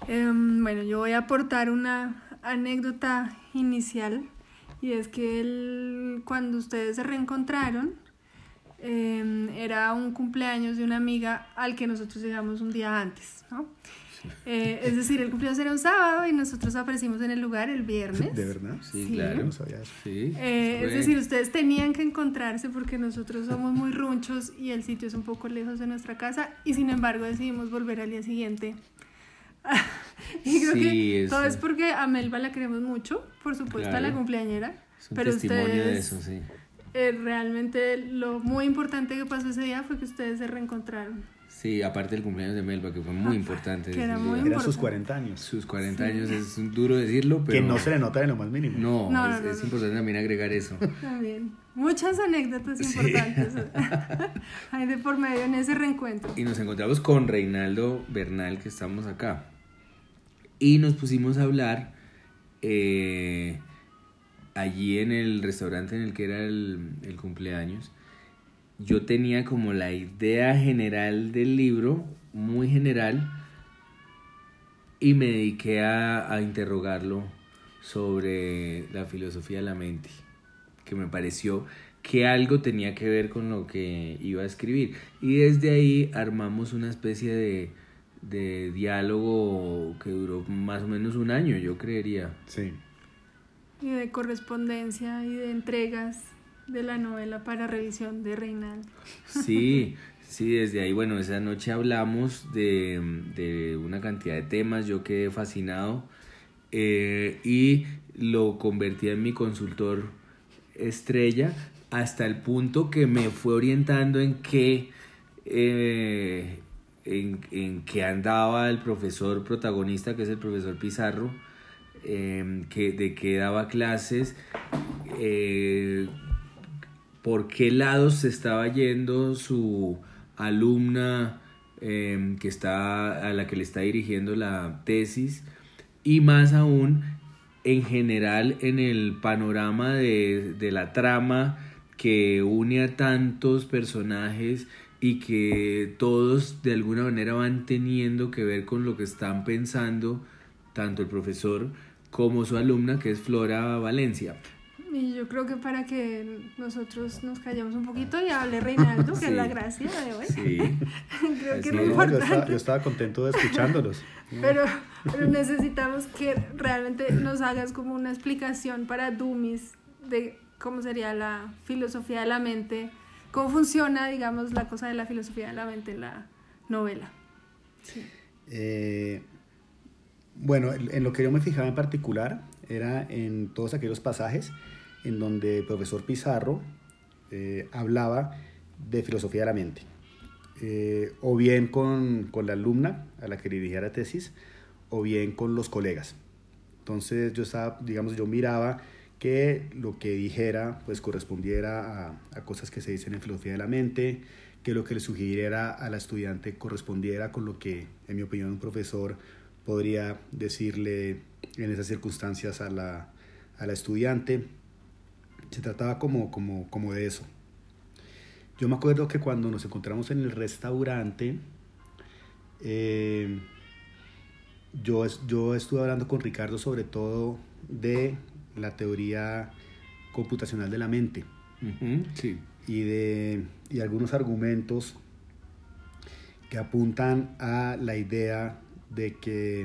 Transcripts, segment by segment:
Bueno, yo voy a aportar una anécdota inicial, y es que cuando ustedes se reencontraron, era un cumpleaños de una amiga al que nosotros llegamos un día antes, ¿no? Sí. Es decir, el cumpleaños era un sábado y nosotros aparecimos en el lugar el viernes. ¿De verdad? Sí, claro. No sabía eso. Sí, es decir, ustedes tenían que encontrarse porque nosotros somos muy runchos y el sitio es un poco lejos de nuestra casa, y sin embargo decidimos volver al día siguiente. Y creo que todo es porque a Melba la queremos mucho, por supuesto, claro, a la cumpleañera. Es un pero testimonio ustedes, de eso, sí. Realmente lo muy importante que pasó ese día fue que ustedes se reencontraron. Sí, aparte del cumpleaños de Melba, que fue muy importante. Que era sus 40 años. Sus 40 años, es duro decirlo, pero... Que no se le nota en lo más mínimo. No, es importante también agregar eso. También. Muchas anécdotas importantes hay de por medio en ese reencuentro. Y nos encontramos con Reinaldo Bernal, que estamos acá. Y nos pusimos a hablar allí en el restaurante en el que era el cumpleaños. Yo tenía como la idea general del libro, muy general, y me dediqué a interrogarlo sobre la filosofía de la mente, que me pareció que algo tenía que ver con lo que iba a escribir. Y desde ahí armamos una especie de diálogo que duró más o menos un año, yo creería. Sí. Y de correspondencia y de entregas de la novela para revisión de Reinaldo. Sí, desde ahí, bueno, esa noche hablamos de una cantidad de temas, yo quedé fascinado y lo convertí en mi consultor estrella, hasta el punto que me fue orientando en qué andaba el profesor protagonista, que es el profesor Pizarro, de qué daba clases, por qué lados se estaba yendo su alumna a la que le está dirigiendo la tesis, y más aún en general en el panorama de la trama que une a tantos personajes y que todos de alguna manera van teniendo que ver con lo que están pensando tanto el profesor como su alumna, que es Flora Valencia. Y yo creo que para que nosotros nos callemos un poquito y hable Reinaldo, que sí, es la gracia de hoy. Sí. Creo que es lo importante. Yo estaba contento de escuchándolos. Pero necesitamos que realmente nos hagas como una explicación para dummies de cómo sería la filosofía de la mente, cómo funciona, digamos, la cosa de la filosofía de la mente en la novela. Sí. Bueno, en lo que yo me fijaba en particular era en todos aquellos pasajes en donde el profesor Pizarro hablaba de filosofía de la mente, o bien con la alumna a la que dirigía la tesis, o bien con los colegas. Entonces yo miraba que lo que dijera pues correspondiera a cosas que se dicen en filosofía de la mente, que lo que le sugiriera a la estudiante correspondiera con lo que, en mi opinión, un profesor podría decirle en esas circunstancias a la estudiante. Se trataba como de eso. Yo me acuerdo que cuando nos encontramos en el restaurante, yo estuve hablando con Ricardo sobre todo de la teoría computacional de la mente. Uh-huh, sí. Y algunos argumentos que apuntan a la idea de que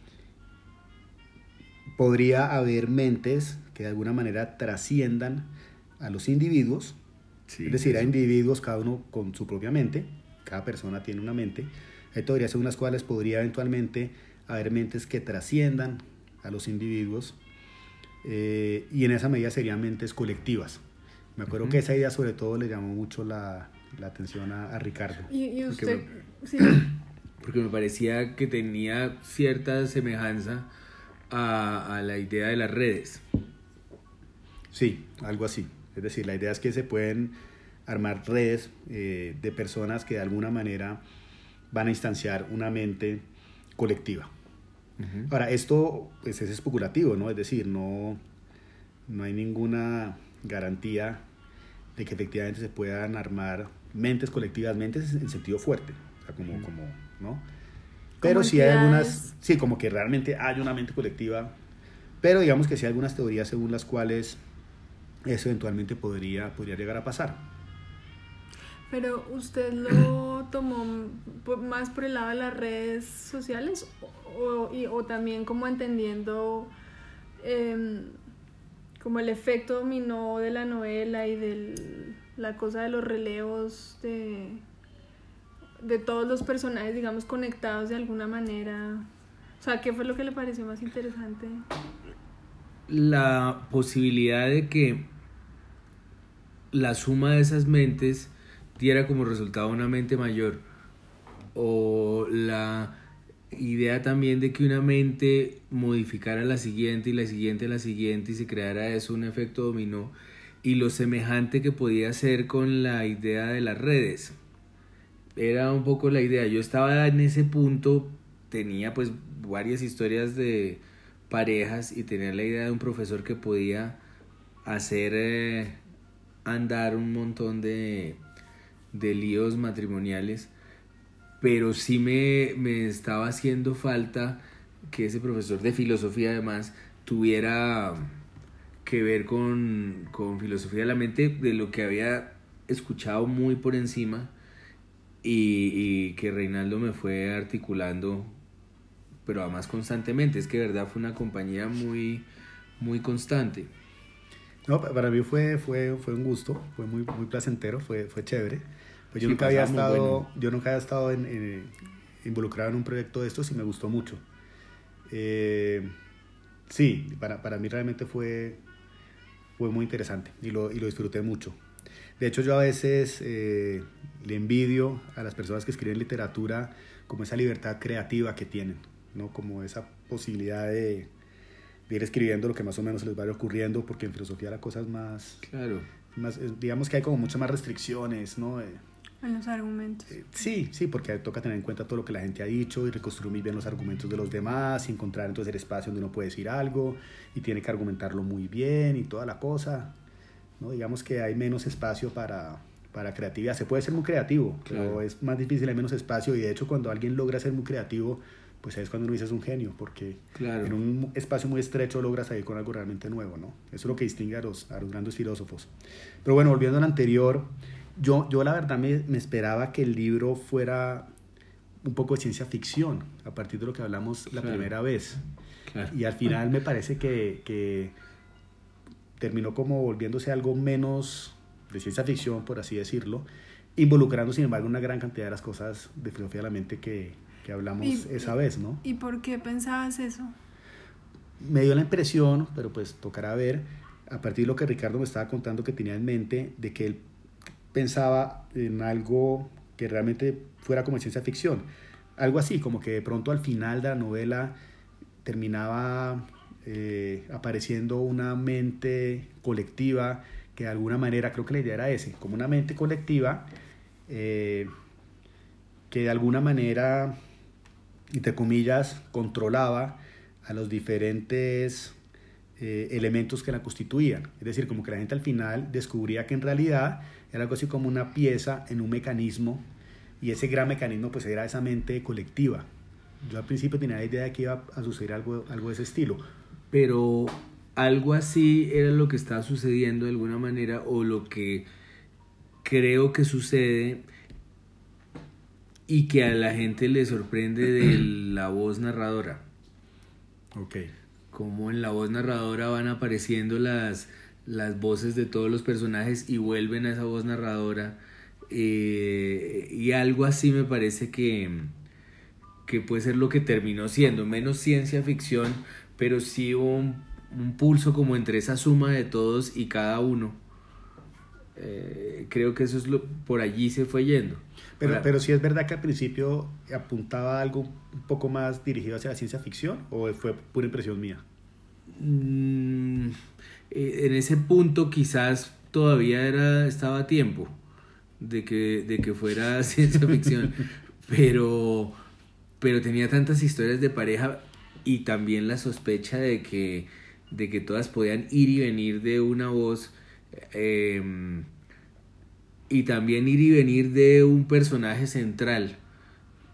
podría haber mentes que de alguna manera trasciendan a los individuos, sí, es decir, a individuos cada uno con su propia mente, cada persona tiene una mente, hay teorías según las cuales podría eventualmente haber mentes que trasciendan a los individuos, y en esa medida serían mentes colectivas. Me acuerdo que esa idea sobre todo le llamó mucho la atención a Ricardo. ¿Y usted? Porque me parecía que tenía cierta semejanza a la idea de las redes. Sí, algo así. Es decir, la idea es que se pueden armar redes de personas que de alguna manera van a instanciar una mente colectiva. Uh-huh. Ahora, esto pues, es especulativo, ¿no? Es decir, no hay ninguna garantía de que efectivamente se puedan armar mentes colectivas, mentes en sentido fuerte, o sea, como ¿no? Pero sí hay algunas sí, como que realmente hay una mente colectiva, pero digamos que sí hay algunas teorías según las cuales eso eventualmente podría llegar a pasar. Pero ¿usted lo tomó más por el lado de las redes sociales o también como entendiendo como el efecto dominó de la novela y de la cosa de los relevos de todos los personajes, digamos, conectados de alguna manera? O sea, ¿qué fue lo que le pareció más interesante? La posibilidad de que la suma de esas mentes diera como resultado una mente mayor, o la idea también de que una mente modificara la siguiente y la siguiente y la siguiente y se creara eso, un efecto dominó, y lo semejante que podía ser con la idea de las redes. Era un poco la idea. Yo estaba en ese punto, tenía pues varias historias de parejas y tenía la idea de un profesor que podía hacer andar un montón de líos matrimoniales, pero sí me estaba haciendo falta que ese profesor de filosofía además tuviera que ver con filosofía de la mente, de lo que había escuchado muy por encima y que Reinaldo me fue articulando, pero además constantemente. Es que de verdad fue una compañía muy, muy constante. No, para mí fue un gusto, fue muy placentero, fue chévere. Pues yo Sí, nunca había pasamos, estado involucrado en un proyecto de estos y me gustó mucho. Sí, para mí realmente fue muy interesante y lo disfruté mucho. De hecho, yo a veces le envidio a las personas que escriben literatura como esa libertad creativa que tienen, ¿no? Como esa posibilidad de ir escribiendo lo que más o menos se les vaya ocurriendo, porque en filosofía la cosa es más... Claro. Digamos que hay como muchas más restricciones, ¿no? En los argumentos. Sí, porque toca tener en cuenta todo lo que la gente ha dicho y reconstruir muy bien los argumentos de los demás y encontrar entonces el espacio donde uno puede decir algo y tiene que argumentarlo muy bien y toda la cosa, ¿no? Digamos que hay menos espacio para creatividad. Se puede ser muy creativo, claro, pero es más difícil, hay menos espacio, y de hecho cuando alguien logra ser muy creativo, pues es cuando uno dice es un genio, porque claro, en un espacio muy estrecho logras salir con algo realmente nuevo, ¿no? Eso es lo que distingue a los grandes filósofos. Pero bueno, volviendo al anterior, yo la verdad me esperaba que el libro fuera un poco de ciencia ficción, a partir de lo que hablamos la primera vez. Claro. Y al final me parece que terminó como volviéndose algo menos de ciencia ficción, por así decirlo, involucrando sin embargo una gran cantidad de las cosas de filosofía de la mente que hablamos esa vez, ¿no? ¿Y por qué pensabas eso? Me dio la impresión, pero pues tocará ver, a partir de lo que Ricardo me estaba contando que tenía en mente, de que él pensaba en algo que realmente fuera como ciencia ficción. Algo así, como que de pronto al final de la novela terminaba apareciendo una mente colectiva que de alguna manera, creo que la idea era ese, como una mente colectiva que de alguna manera, entre comillas, controlaba a los diferentes elementos que la constituían. Es decir, como que la gente al final descubría que en realidad era algo así como una pieza en un mecanismo, y ese gran mecanismo pues era esa mente colectiva. Yo al principio tenía la idea de que iba a suceder algo de ese estilo. Pero algo así era lo que está sucediendo de alguna manera, o lo que creo que sucede y que a la gente le sorprende de la voz narradora. Ok. Como en la voz narradora van apareciendo las voces de todos los personajes y vuelven a esa voz narradora, y algo así me parece que puede ser lo que terminó siendo, menos ciencia ficción, pero sí un pulso como entre esa suma de todos y cada uno. Creo que eso es por allí se fue yendo. Pero sí es verdad que al principio apuntaba a algo un poco más dirigido hacia la ciencia ficción, ¿o fue pura impresión mía? En ese punto quizás todavía estaba a tiempo de que fuera ciencia ficción, pero tenía tantas historias de pareja y también la sospecha de que todas podían ir y venir de una voz, y también ir y venir de un personaje central,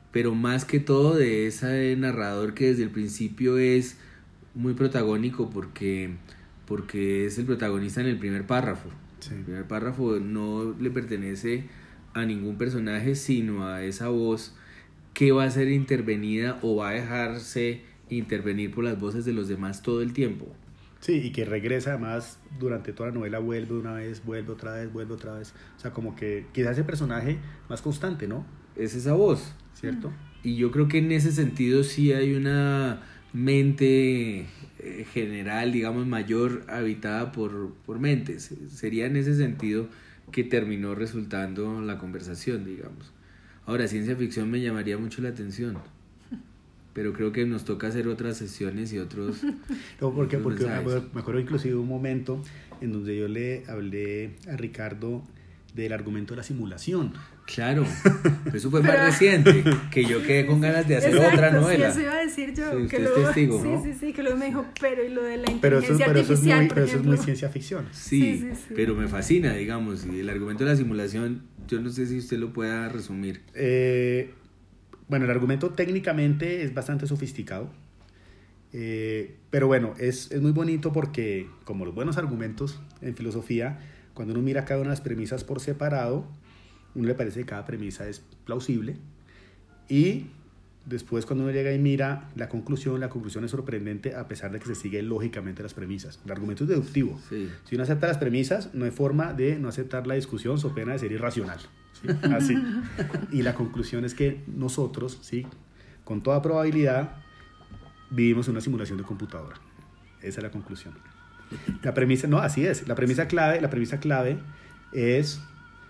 pero más que todo de ese narrador que desde el principio es muy protagónico porque es el protagonista en el primer párrafo. Sí. El primer párrafo no le pertenece a ningún personaje, sino a esa voz que va a ser intervenida o va a dejarse intervenir por las voces de los demás todo el tiempo. Sí, y que regresa además durante toda la novela, vuelve una vez, vuelve otra vez, vuelve otra vez. O sea, como que quizás ese personaje más constante, ¿no? Es esa voz. ¿Cierto? Y yo creo que en ese sentido sí hay una mente general, digamos, mayor habitada por mentes. Sería en ese sentido que terminó resultando la conversación, digamos. Ahora, ciencia ficción me llamaría mucho la atención, pero creo que nos toca hacer otras sesiones y otros... No, porque mensajes. me acuerdo inclusive un momento en donde yo le hablé a Ricardo del argumento de la simulación. Claro, eso fue más reciente, que yo quedé con ganas de hacer otra novela. Sí, eso iba a decir yo. Sí, que usted luego, es testigo, ¿no? Sí, que luego me dijo, pero y lo de la Pero inteligencia eso artificial, pero eso es muy ciencia ficción. Sí, Sí. pero me fascina, digamos, y el argumento de la simulación, yo no sé si usted lo pueda resumir. Bueno, el argumento técnicamente es bastante sofisticado, pero bueno, es muy bonito porque, como los buenos argumentos en filosofía, cuando uno mira cada una de las premisas por separado, uno le parece que cada premisa es plausible, y después cuando uno llega y mira la conclusión es sorprendente a pesar de que se sigue lógicamente las premisas. El argumento es deductivo. Sí. Si uno acepta las premisas, no hay forma de no aceptar la discusión, so pena de ser irracional. ¿Sí? Así. Y la conclusión es que nosotros, ¿sí?, con toda probabilidad, vivimos una simulación de computadora. Esa es la conclusión. La premisa, no, así es. La premisa clave es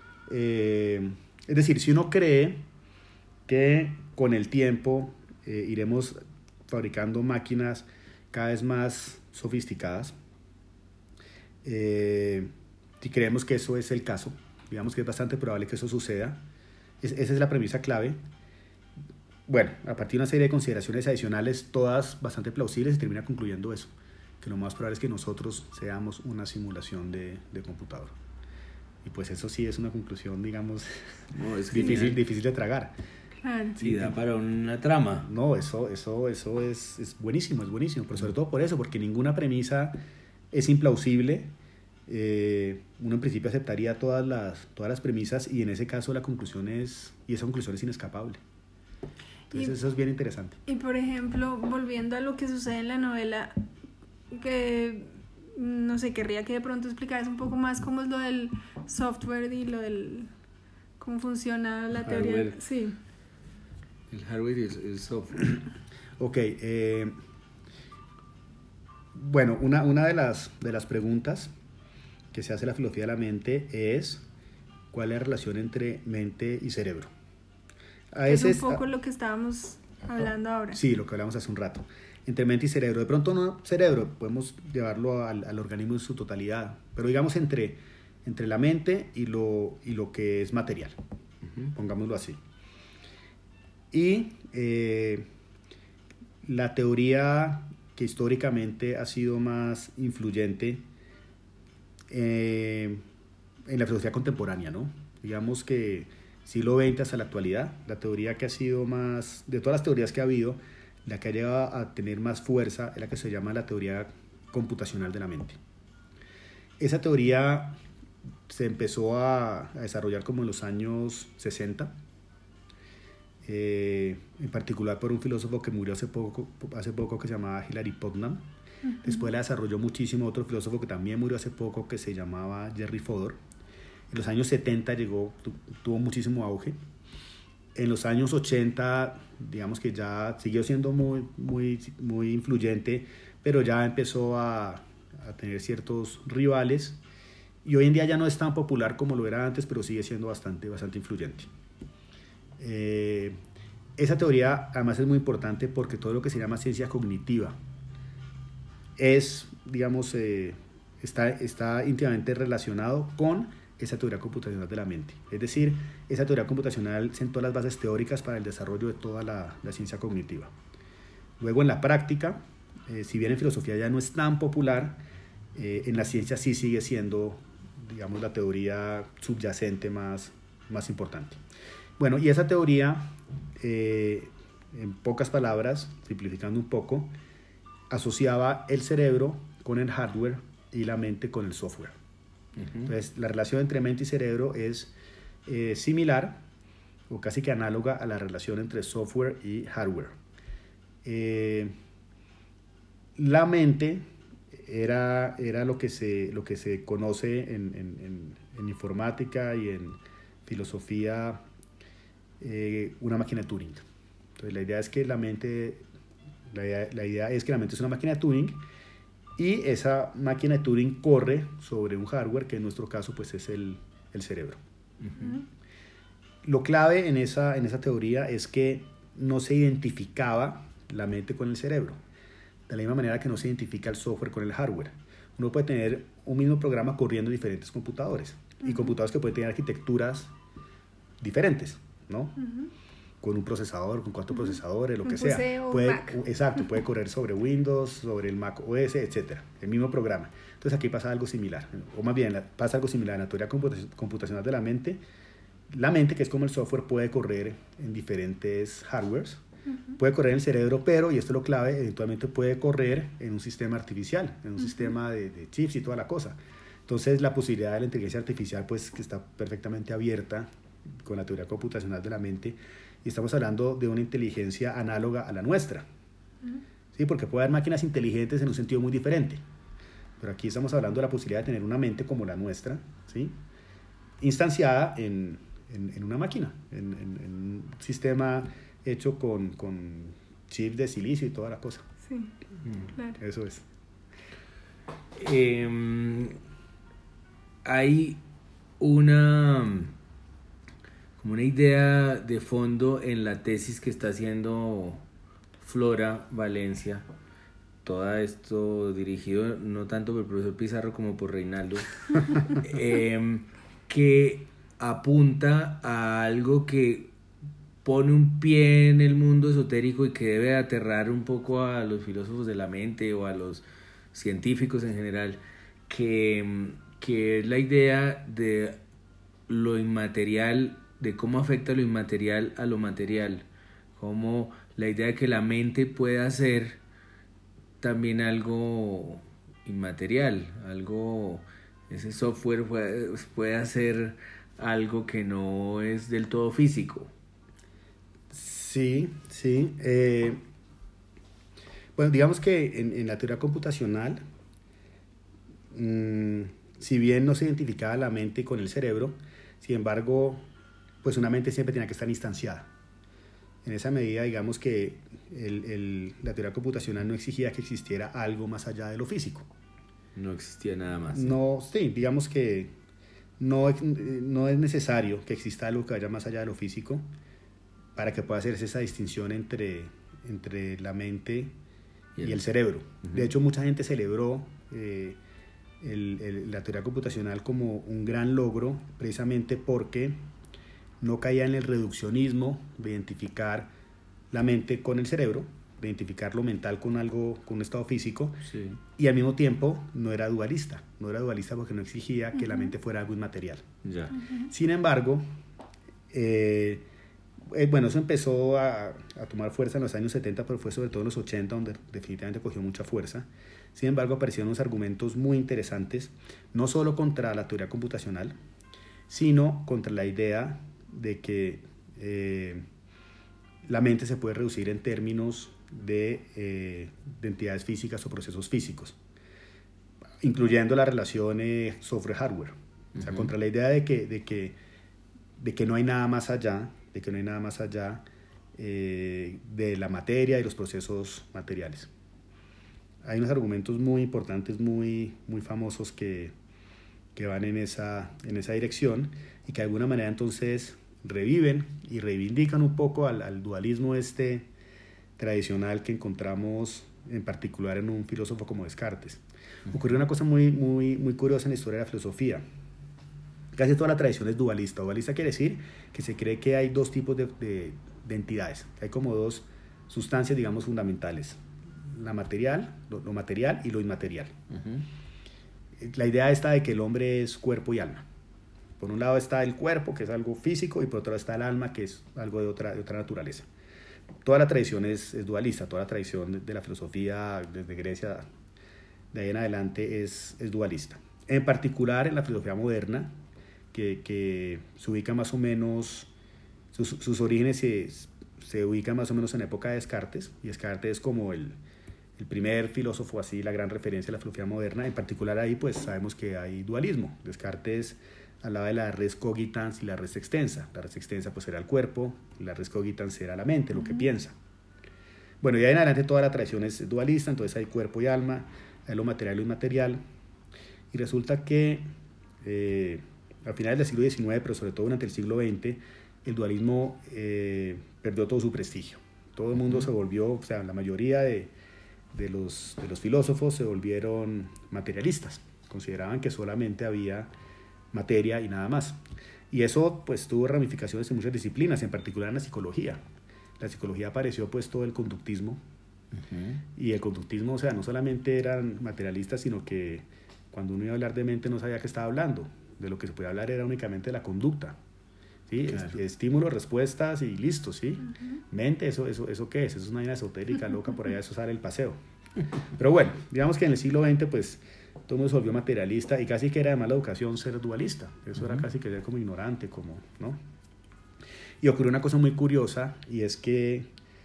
decir, si uno cree que con el tiempo iremos fabricando máquinas cada vez más sofisticadas, si creemos que eso es el caso, digamos que es bastante probable que eso suceda, esa es la premisa clave. Bueno, a partir de una serie de consideraciones adicionales, todas bastante plausibles, se termina concluyendo eso, que lo más probable es que nosotros seamos una simulación de computador. Y pues eso sí es una conclusión, digamos, No, es difícil de tragar. Claro. Sí, da para una trama. No, eso es buenísimo, pero sobre todo por eso, porque ninguna premisa es implausible. Uno en principio aceptaría todas las premisas, y en ese caso esa conclusión es inescapable. Entonces eso es bien interesante. Y por ejemplo, volviendo a lo que sucede en la novela, que no sé, querría que de pronto explicaras un poco más cómo es lo del software y lo del cómo funciona la teoría. Hardware. Sí. El hardware y el software. Ok, bueno, una de las preguntas que se hace la filosofía de la mente es ¿cuál es la relación entre mente y cerebro? Es un poco lo que estábamos hablando ahora. Sí, lo que hablamos hace un rato. Entre mente y cerebro. De pronto no cerebro, podemos llevarlo al organismo en su totalidad, pero digamos entre la mente y lo que es material. Pongámoslo así. Y la teoría que históricamente ha sido más influyente en la filosofía contemporánea, ¿no? Digamos que siglo XX hasta la actualidad, la teoría que ha sido más, de todas las teorías que ha habido, la que ha llegado a tener más fuerza es la que se llama la teoría computacional de la mente. Esa teoría se empezó a desarrollar como en los años 60, en particular por un filósofo que murió hace poco que se llamaba Hilary Putnam. Después la desarrolló muchísimo otro filósofo que también murió hace poco, que se llamaba Jerry Fodor. En los años 70 tuvo muchísimo auge. En los años 80, digamos que ya siguió siendo muy influyente, pero ya empezó a tener ciertos rivales, y hoy en día ya no es tan popular como lo era antes, pero sigue siendo bastante influyente. Esa teoría además es muy importante porque todo lo que se llama ciencia cognitiva es, digamos, está íntimamente relacionado con esa teoría computacional de la mente. Es decir, esa teoría computacional sentó las bases teóricas para el desarrollo de toda la ciencia cognitiva. Luego, en la práctica, si bien en filosofía ya no es tan popular, en la ciencia sí sigue siendo, digamos, la teoría subyacente más importante. Bueno, y esa teoría, en pocas palabras, simplificando un poco, asociaba el cerebro con el hardware y la mente con el software. Entonces, la relación entre mente y cerebro es similar o casi que análoga a la relación entre software y hardware. La mente era lo que se conoce en informática y en filosofía una máquina de Turing. Entonces, la idea es que la mente es una máquina de Turing, y esa máquina de Turing corre sobre un hardware que en nuestro caso pues es el cerebro. Lo clave en esa teoría es que no se identificaba la mente con el cerebro, de la misma manera que no se identifica el software con el hardware. Uno puede tener un mismo programa corriendo en diferentes computadores, y computadores que pueden tener arquitecturas diferentes, ¿no? Con un procesador, con 4 procesadores, lo que sea. Exacto, puede correr sobre Windows, sobre el Mac OS, etc. El mismo programa. Entonces aquí pasa algo similar, o más bien pasa algo similar en la teoría computacional de la mente. La mente, que es como el software, puede correr en diferentes hardwares, puede correr en el cerebro, pero, y esto es lo clave, eventualmente puede correr en un sistema artificial, en un sistema de chips y toda la cosa. Entonces la posibilidad de la inteligencia artificial pues que está perfectamente abierta con la teoría computacional de la mente. Y estamos hablando de una inteligencia análoga a la nuestra, ¿sí? Porque puede haber máquinas inteligentes en un sentido muy diferente, pero aquí estamos hablando de la posibilidad de tener una mente como la nuestra, ¿sí? Instanciada en una máquina, en un sistema hecho con chips de silicio y toda la cosa. Sí, claro. Eso es. Hay una idea de fondo en la tesis que está haciendo Flora Valencia, todo esto dirigido no tanto por el profesor Pizarro como por Reinaldo, que apunta a algo que pone un pie en el mundo esotérico y que debe aterrar un poco a los filósofos de la mente o a los científicos en general, que es la idea de lo inmaterial, de cómo afecta lo inmaterial a lo material, como la idea de que la mente pueda ser también algo inmaterial, ese software puede hacer algo que no es del todo físico. Sí. Bueno, digamos que en la teoría computacional, si bien no se identificaba la mente con el cerebro, sin embargo, pues una mente siempre tenía que estar instanciada. En esa medida, digamos que la teoría computacional no exigía que existiera algo más allá de lo físico. No existía nada más. No, sí, digamos que no es necesario que exista algo que vaya más allá de lo físico para que pueda hacerse esa distinción entre la mente y el cerebro. De hecho, mucha gente celebró la teoría computacional como un gran logro, precisamente porque no caía en el reduccionismo de identificar la mente con el cerebro, de identificar lo mental con un estado físico, sí. Y al mismo tiempo no era dualista porque no exigía que la mente fuera algo inmaterial. Ya. Sin embargo, bueno, eso empezó a tomar fuerza en los años 70, pero fue sobre todo en los 80 donde definitivamente cogió mucha fuerza. Sin embargo, aparecieron unos argumentos muy interesantes, no solo contra la teoría computacional, sino contra la idea de que la mente se puede reducir en términos de entidades físicas o procesos físicos, incluyendo la relación software-hardware. O sea, contra la idea de que no hay nada más allá, de la materia y los procesos materiales. Hay unos argumentos muy importantes, muy famosos que van en esa dirección y que de alguna manera entonces reviven y reivindican un poco al dualismo tradicional que encontramos en particular en un filósofo como Descartes. Ocurrió una cosa muy curiosa en la historia de la filosofía. Casi toda la tradición es dualista. Dualista quiere decir que se cree que hay dos tipos de entidades. Hay como dos sustancias, digamos, fundamentales. Lo material y lo inmaterial. La idea está de que el hombre es cuerpo y alma. Por un lado está el cuerpo, que es algo físico, y por otro lado está el alma, que es algo de otra naturaleza. Toda la tradición es dualista, toda la tradición de la filosofía desde Grecia de ahí en adelante es dualista. En particular en la filosofía moderna, que se ubica más o menos, sus orígenes se ubican más o menos en época de Descartes, y Descartes es como el primer filósofo, así la gran referencia de la filosofía moderna. En particular ahí pues sabemos que hay dualismo. Descartes hablaba de la res cogitans y la res extensa. La res extensa pues era el cuerpo, y la res cogitans era la mente, lo que piensa. Bueno, y ahí en adelante toda la tradición es dualista, entonces hay cuerpo y alma, hay lo material y lo inmaterial, y resulta que a finales del siglo XIX, pero sobre todo durante el siglo XX, el dualismo perdió todo su prestigio. Todo el mundo se volvió, o sea, la mayoría de los filósofos se volvieron materialistas, consideraban que solamente había materia y nada más. Y eso pues tuvo ramificaciones en muchas disciplinas, en particular en la psicología. La psicología apareció pues todo el conductismo, y el conductismo, o sea, no solamente eran materialistas, sino que cuando uno iba a hablar de mente no sabía qué estaba hablando. De lo que se podía hablar era únicamente de la conducta, ¿sí? Claro. Estímulos, respuestas y listo, ¿sí? Mente, ¿eso qué es? Eso es una vaina esotérica, loca, por allá eso sale el paseo. Pero bueno, digamos que en el siglo XX pues todo el mundo se volvió materialista, y casi que era de mala educación ser dualista. Eso era casi que ser como ignorante, como, ¿no? Y ocurrió una cosa muy curiosa, y es que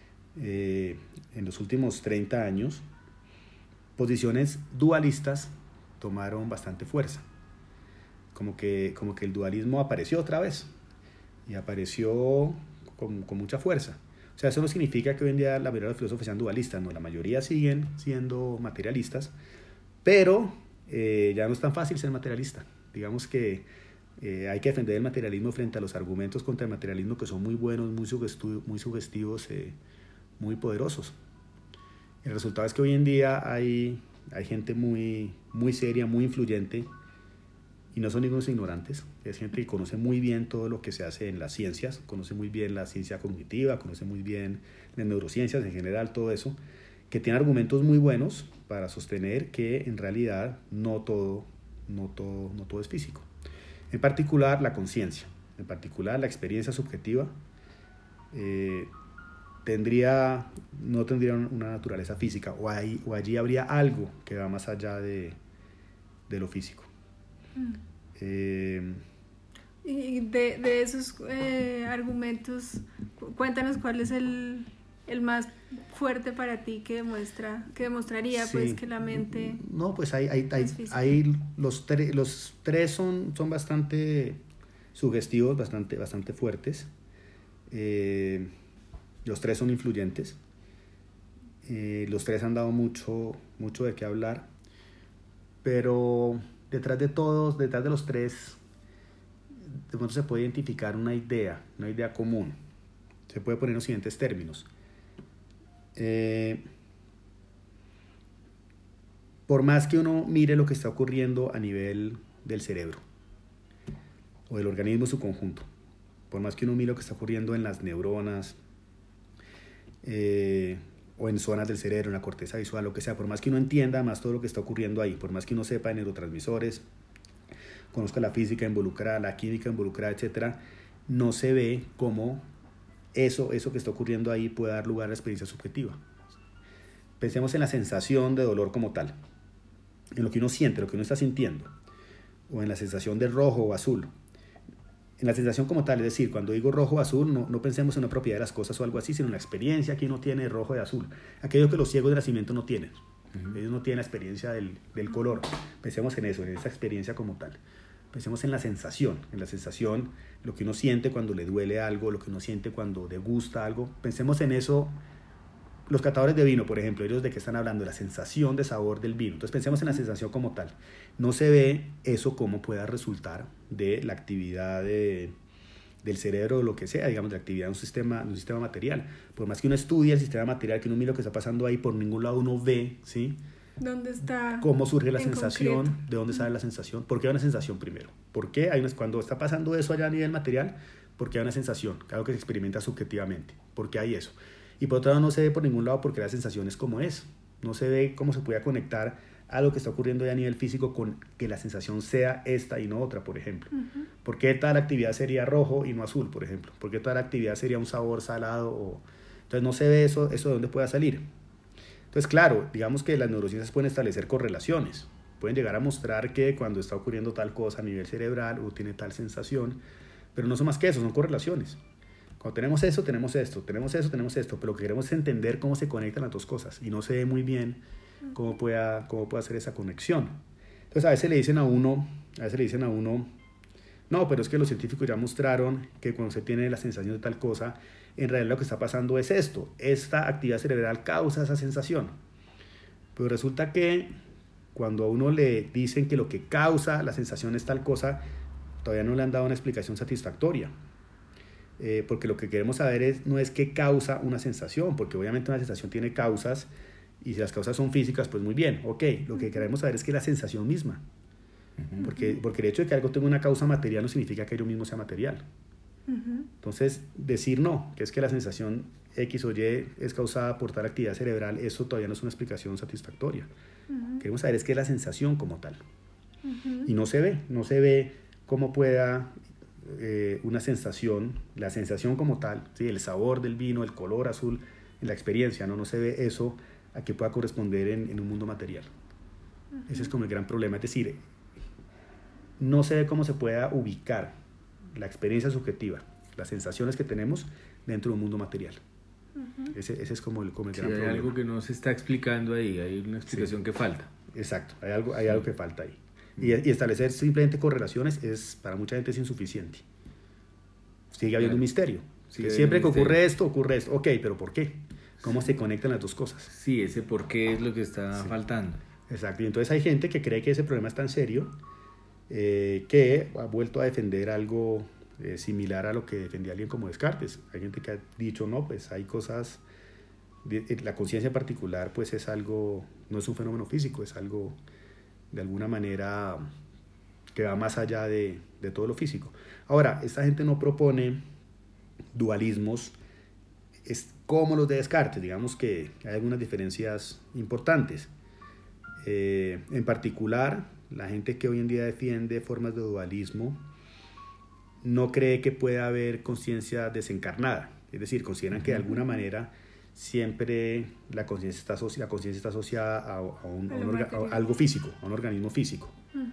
en los últimos 30 años posiciones dualistas tomaron bastante fuerza. Como que el dualismo apareció otra vez, y apareció con mucha fuerza. O sea, eso no significa que hoy en día la mayoría de los filósofos sean dualistas, no, la mayoría siguen siendo materialistas, pero ya no es tan fácil ser materialista. Digamos que hay que defender el materialismo frente a los argumentos contra el materialismo, que son muy buenos, muy sugestivos, muy poderosos. El resultado es que hoy en día hay gente muy seria, muy influyente, y no son ningunos ignorantes. Es gente que conoce muy bien todo lo que se hace en las ciencias, conoce muy bien la ciencia cognitiva, conoce muy bien las neurociencias en general, todo eso, que tiene argumentos muy buenos para sostener que en realidad no todo es físico. En particular la conciencia, en particular la experiencia subjetiva, no tendría una naturaleza física, o allí habría algo que va más allá de lo físico. Y de esos argumentos, cuéntanos cuál es el más fuerte para ti que demostraría, sí, pues, que la mente... No, pues hay los tres son bastante sugestivos, bastante fuertes. Los tres son influyentes. Los tres han dado mucho de qué hablar, pero detrás de los tres, de pronto se puede identificar una idea común. Se puede poner en los siguientes términos. Por más que uno mire lo que está ocurriendo a nivel del cerebro o del organismo en su conjunto, por más que uno mire lo que está ocurriendo en las neuronas, o en zonas del cerebro, en la corteza visual, lo que sea, por más que uno entienda más todo lo que está ocurriendo ahí, por más que uno sepa de neurotransmisores, conozca la física involucrada, la química involucrada, etcétera, no se ve cómo eso que está ocurriendo ahí puede dar lugar a la experiencia subjetiva. Pensemos en la sensación de dolor como tal, en lo que uno siente, lo que uno está sintiendo, o en la sensación de rojo o azul. En la sensación como tal, es decir, cuando digo rojo o azul, no pensemos en una propiedad de las cosas o algo así, sino en la experiencia que uno tiene de rojo y azul. Aquello que los ciegos de nacimiento no tienen. Ellos no tienen la experiencia del color. Pensemos en eso, en esa experiencia como tal. Pensemos en la sensación, lo que uno siente cuando le duele algo, lo que uno siente cuando le gusta algo. Pensemos en eso. Los catadores de vino, por ejemplo, ellos de qué están hablando, la sensación de sabor del vino. Entonces pensemos en la sensación como tal. No se ve eso como pueda resultar de la actividad del cerebro o lo que sea, digamos, de la actividad de un sistema material. Por más que uno estudie el sistema material, que uno mire lo que está pasando ahí, por ningún lado uno ve, ¿sí? ¿Dónde está? ¿Cómo surge la sensación? Concreto. ¿De dónde sale la sensación? ¿Por qué hay una sensación primero? ¿Por qué cuando está pasando eso allá a nivel material? ¿Por qué hay una sensación? Algo que se experimenta subjetivamente. ¿Por qué hay eso? Y por otro lado no se ve por ningún lado porque la sensación es como es. No se ve cómo se puede conectar algo que está ocurriendo ya a nivel físico con que la sensación sea esta y no otra, por ejemplo. ¿Por qué tal actividad sería rojo y no azul, por ejemplo? ¿Por qué tal actividad sería un sabor salado? Entonces no se ve eso de dónde pueda salir. Entonces, claro, digamos que las neurociencias pueden establecer correlaciones. Pueden llegar a mostrar que cuando está ocurriendo tal cosa a nivel cerebral o tiene tal sensación, pero no son más que eso, son correlaciones. Cuando tenemos eso, tenemos esto, tenemos eso, tenemos esto, pero lo que queremos es entender cómo se conectan las dos cosas y no se ve muy bien cómo puede hacer esa conexión. Entonces a veces le dicen a uno, no, pero es que los científicos ya mostraron que cuando se tiene la sensación de tal cosa, en realidad lo que está pasando es esto, esta actividad cerebral causa esa sensación. Pero resulta que cuando a uno le dicen que lo que causa la sensación es tal cosa, todavía no le han dado una explicación satisfactoria. Porque lo que queremos saber no es qué causa una sensación, porque obviamente una sensación tiene causas, y si las causas son físicas, pues muy bien, ok. Lo que queremos saber es que la sensación misma. Porque el hecho de que algo tenga una causa material no significa que ello mismo sea material. Entonces, decir no, que es que la sensación X o Y es causada por tal actividad cerebral, eso todavía no es una explicación satisfactoria. Queremos saber es que es la sensación como tal. Y no se ve cómo pueda una sensación, la sensación como tal, ¿sí? El sabor del vino, el color azul, en la experiencia, no se ve eso a que pueda corresponder en un mundo material. Ese es como el gran problema, es decir, no se ve cómo se pueda ubicar la experiencia subjetiva, las sensaciones que tenemos dentro de un mundo material. Ese es como el gran problema. Hay algo que no se está explicando ahí, hay una explicación que falta. Exacto, hay algo que falta ahí. Y establecer simplemente correlaciones para mucha gente es insuficiente. Sigue habiendo un misterio. Siempre que ocurre esto, ok, pero ¿por qué? ¿Cómo se conectan las dos cosas? Sí, ese por qué es lo que está faltando. Exacto, y entonces hay gente que cree que ese problema es tan serio que ha vuelto a defender algo similar a lo que defendía alguien como Descartes. Hay gente que ha dicho, no, pues hay cosas, la conciencia particular pues es algo, no es un fenómeno físico, es algo de alguna manera que va más allá de todo lo físico. Ahora, esta gente no propone dualismos como los de Descartes, digamos que hay algunas diferencias importantes. En particular, la gente que hoy en día defiende formas de dualismo no cree que pueda haber conciencia desencarnada, es decir, consideran que de alguna manera siempre la conciencia está asociada a algo físico, a un organismo físico.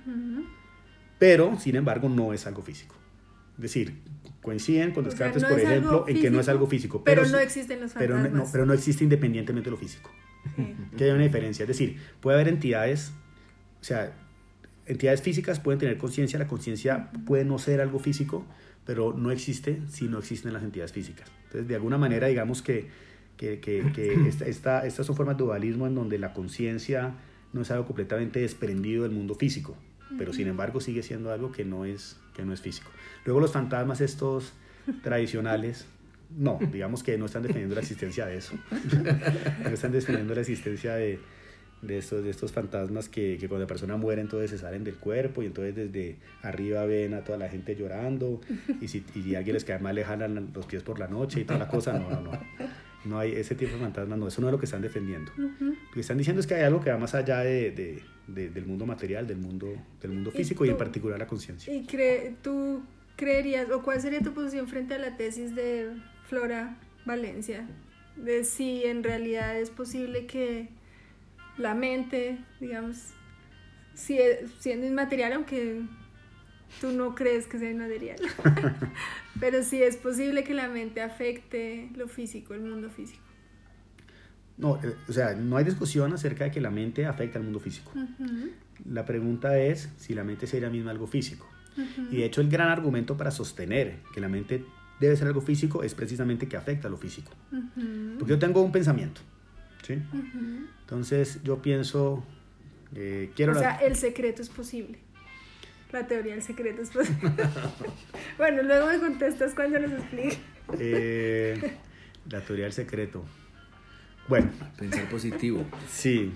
Pero, sin embargo, no es algo físico. Es decir, coinciden con Descartes, por ejemplo, en que no es algo físico. Pero no existen los fantasmas. Pero no existe independientemente de lo físico. Que hay una diferencia. Es decir, puede haber entidades, o sea, entidades físicas pueden tener conciencia, la conciencia puede no ser algo físico, pero no existe si no existen las entidades físicas. Entonces, de alguna manera, digamos que estas son formas de dualismo en donde la conciencia no es algo completamente desprendido del mundo físico, pero sin embargo sigue siendo algo que no es físico. Luego los fantasmas estos tradicionales, no, digamos que no están defendiendo la existencia de eso. No están defendiendo la existencia de estos fantasmas que cuando la persona muere entonces se salen del cuerpo y entonces desde arriba ven a toda la gente llorando y si alguien les cae mal le jalan los pies por la noche y toda la cosa. No hay ese tipo de fantasmas, no, eso no es lo que están defendiendo. Lo que están diciendo es que hay algo que va más allá del mundo material, del mundo físico y en particular la conciencia. ¿Y tú creerías, o cuál sería tu posición frente a la tesis de Flora Valencia, de si en realidad es posible que la mente, digamos, siendo inmaterial, aunque tú no crees que sea inmaterial, pero si es posible que la mente afecte lo físico, el mundo físico? No, o sea, no hay discusión acerca de que la mente afecta al mundo físico. La pregunta es si la mente es ella misma algo físico. Y de hecho el gran argumento para sostener que la mente debe ser algo físico es precisamente que afecta a lo físico. Porque yo tengo un pensamiento, ¿sí? Entonces yo pienso, el secreto es posible. La teoría del secreto es posible. Bueno, luego me contestas cuando los explique. La teoría del secreto. Bueno. Pensar positivo. Sí.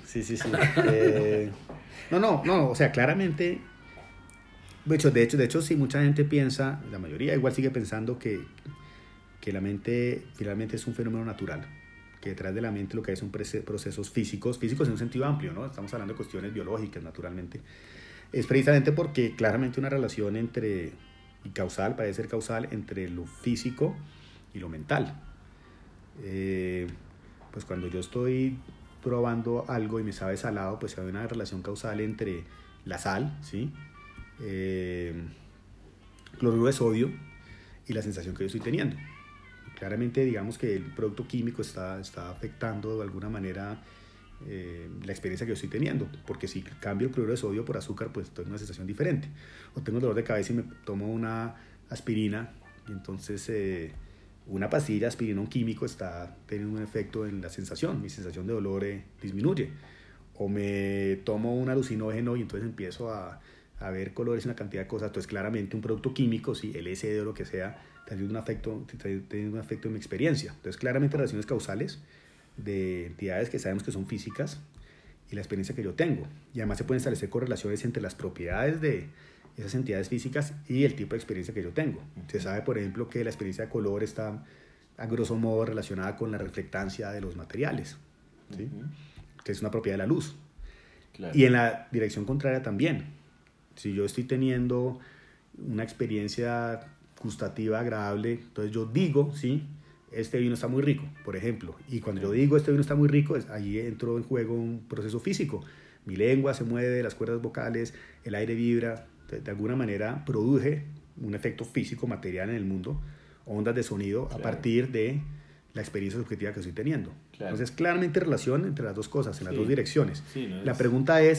No, o sea, claramente. De hecho, sí, mucha gente piensa, la mayoría igual sigue pensando que la mente finalmente es un fenómeno natural, que detrás de la mente lo que hay son procesos físicos en un sentido amplio, ¿no? Estamos hablando de cuestiones biológicas, naturalmente. Es precisamente porque claramente una relación parece ser causal, entre lo físico y lo mental. Pues cuando yo estoy probando algo y me sabe salado, pues hay una relación causal entre la sal, ¿sí? Cloruro de sodio y la sensación que yo estoy teniendo. Claramente, digamos que el producto químico está afectando de alguna manera la experiencia que yo estoy teniendo, porque si cambio el cloruro de sodio por azúcar, pues tengo una sensación diferente. O tengo dolor de cabeza y me tomo una aspirina, y entonces una pastilla, aspirina, un químico, está teniendo un efecto en la sensación. Mi sensación de dolor disminuye. O me tomo un alucinógeno y entonces empiezo a ver colores y una cantidad de cosas. Entonces claramente un producto químico, sí, LSD o lo que sea, está teniendo un efecto en mi experiencia. Entonces claramente relaciones causales de entidades que sabemos que son físicas y la experiencia que yo tengo. Y además se pueden establecer correlaciones entre las propiedades de esas entidades físicas y el tipo de experiencia que yo tengo. Se sabe, por ejemplo, que la experiencia de color está a grosso modo relacionada con la reflectancia de los materiales, ¿sí? Que es una propiedad de la luz. Claro. Y en la dirección contraria también. Si yo estoy teniendo una experiencia gustativa agradable, entonces yo digo, sí, este vino está muy rico, por ejemplo. Y cuando yo digo este vino está muy rico, allí entró en juego un proceso físico. Mi lengua se mueve, las cuerdas vocales, el aire vibra, de alguna manera produce un efecto físico material en el mundo, ondas de sonido, claro, a partir de la experiencia subjetiva que estoy teniendo. Claro. Entonces, claramente relación entre las dos cosas, en las dos direcciones. Sí, no es... La pregunta es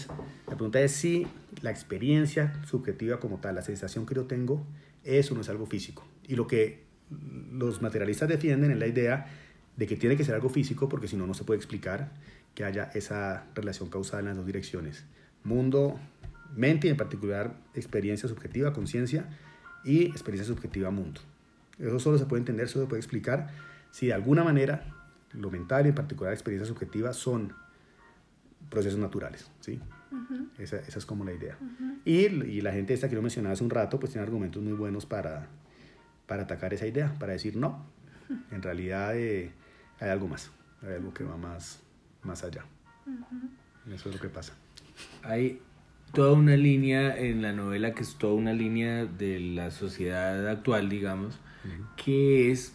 si la experiencia subjetiva como tal, la sensación que yo tengo, eso no es algo físico. Y lo que los materialistas defienden es la idea de que tiene que ser algo físico, porque si no, no se puede explicar que haya esa relación causal en las dos direcciones. Mundo, mente y en particular experiencia subjetiva, conciencia, y experiencia subjetiva, mundo. Eso solo se puede entender, solo se puede explicar si de alguna manera lo mental y en particular la experiencia subjetiva son procesos naturales, ¿sí? Uh-huh. Esa es como la idea. Uh-huh. Y la gente esta que yo mencionaba hace un rato, pues tiene argumentos muy buenos para atacar esa idea, para decir no, en realidad hay algo más, hay algo que va más allá. Uh-huh. Eso es lo que pasa. Hay toda una línea en la novela que es toda una línea de la sociedad actual, digamos, uh-huh, que es